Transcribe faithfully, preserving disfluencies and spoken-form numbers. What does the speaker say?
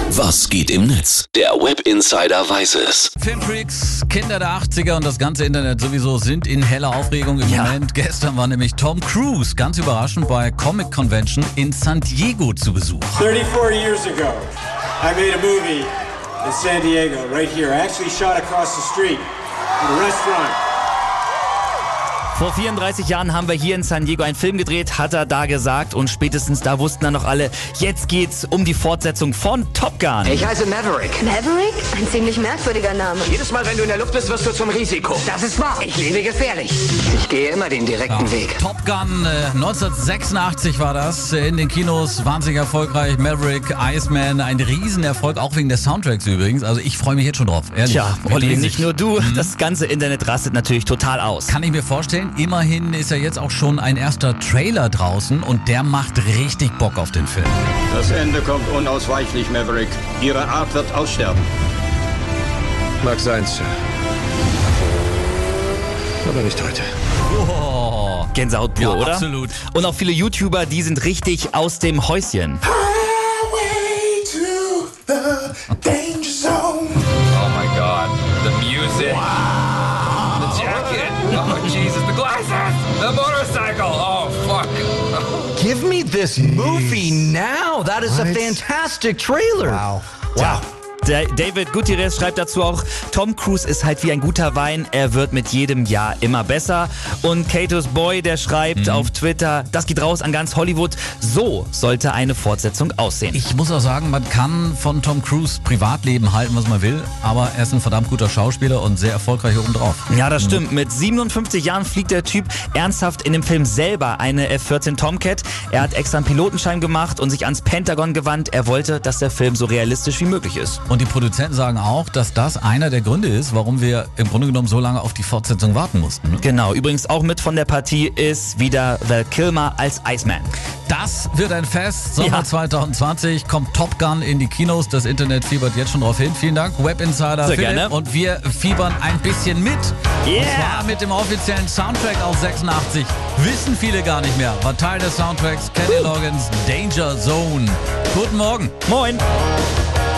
Was geht im Netz? Der Web Insider weiß es. Filmfreaks, Kinder der achtziger und das ganze Internet sowieso sind in heller Aufregung im Ja. Moment. Gestern war nämlich Tom Cruise ganz überraschend bei Comic Convention in San Diego zu Besuch. thirty-four years ago, I made a movie in San Diego, right here. I actually shot across the street at a restaurant. Vor vierunddreißig Jahren haben wir hier in San Diego einen Film gedreht, hat er da gesagt. Und spätestens da wussten dann noch alle, jetzt geht's um die Fortsetzung von Top Gun. Ich heiße Maverick. Maverick? Ein ziemlich merkwürdiger Name. Jedes Mal, wenn du in der Luft bist, wirst du zum Risiko. Das ist wahr. Ich lebe gefährlich. Ich gehe immer den direkten Weg. Top Gun, äh, neunzehnhundertsechsundachtzig war das, äh, in den Kinos, wahnsinnig erfolgreich. Maverick, Iceman, ein Riesenerfolg, auch wegen des Soundtracks übrigens. Also ich freue mich jetzt schon drauf, ehrlich. Tja, Olli, Riesig. nicht nur du, das ganze Internet rastet natürlich total aus. Kann ich mir vorstellen. Immerhin ist ja jetzt auch schon ein erster Trailer draußen und der macht richtig Bock auf den Film. Das Ende kommt unausweichlich, Maverick. Ihre Art wird aussterben. Mag sein, Sir. Aber nicht heute. Oh, Gänsehaut pur, ja, oder? absolut. Und auch viele YouTuber, die sind richtig aus dem Häuschen. Oh my god, the music, the jacket, oh Jesus, the glasses, the motorcycle, oh fuck. Give me this movie now. That is a fantastic trailer. Wow. Wow. Der David Gutierrez schreibt dazu auch, Tom Cruise ist halt wie ein guter Wein, er wird mit jedem Jahr immer besser. Und Katos Boy, der schreibt Mhm. auf Twitter, das geht raus an ganz Hollywood, so sollte eine Fortsetzung aussehen. Ich muss auch sagen, man kann von Tom Cruise Privatleben halten, was man will, aber er ist ein verdammt guter Schauspieler und sehr erfolgreich obendrauf. Ja, das stimmt. Mit siebenundfünfzig Jahren fliegt der Typ ernsthaft in dem Film selber eine F vierzehn Tomcat. Er hat extra einen Pilotenschein gemacht und sich ans Pentagon gewandt. Er wollte, dass der Film so realistisch wie möglich ist. Und die Produzenten sagen auch, dass das einer der Gründe ist, warum wir im Grunde genommen so lange auf die Fortsetzung warten mussten. Ne? Genau, übrigens auch mit von der Partie ist wieder Val Kilmer als Iceman. Das wird ein Fest. Sommer Ja. zwanzig zwanzig kommt Top Gun in die Kinos. Das Internet fiebert jetzt schon drauf hin. Vielen Dank, Web Insider Sehr Philipp. gerne. Und wir fiebern ein bisschen mit. Yeah. Und zwar mit dem offiziellen Soundtrack aus sechsundachtzig. Wissen viele gar nicht mehr. War Teil des Soundtracks Kenny Loggins Danger Zone. Guten Morgen. Moin!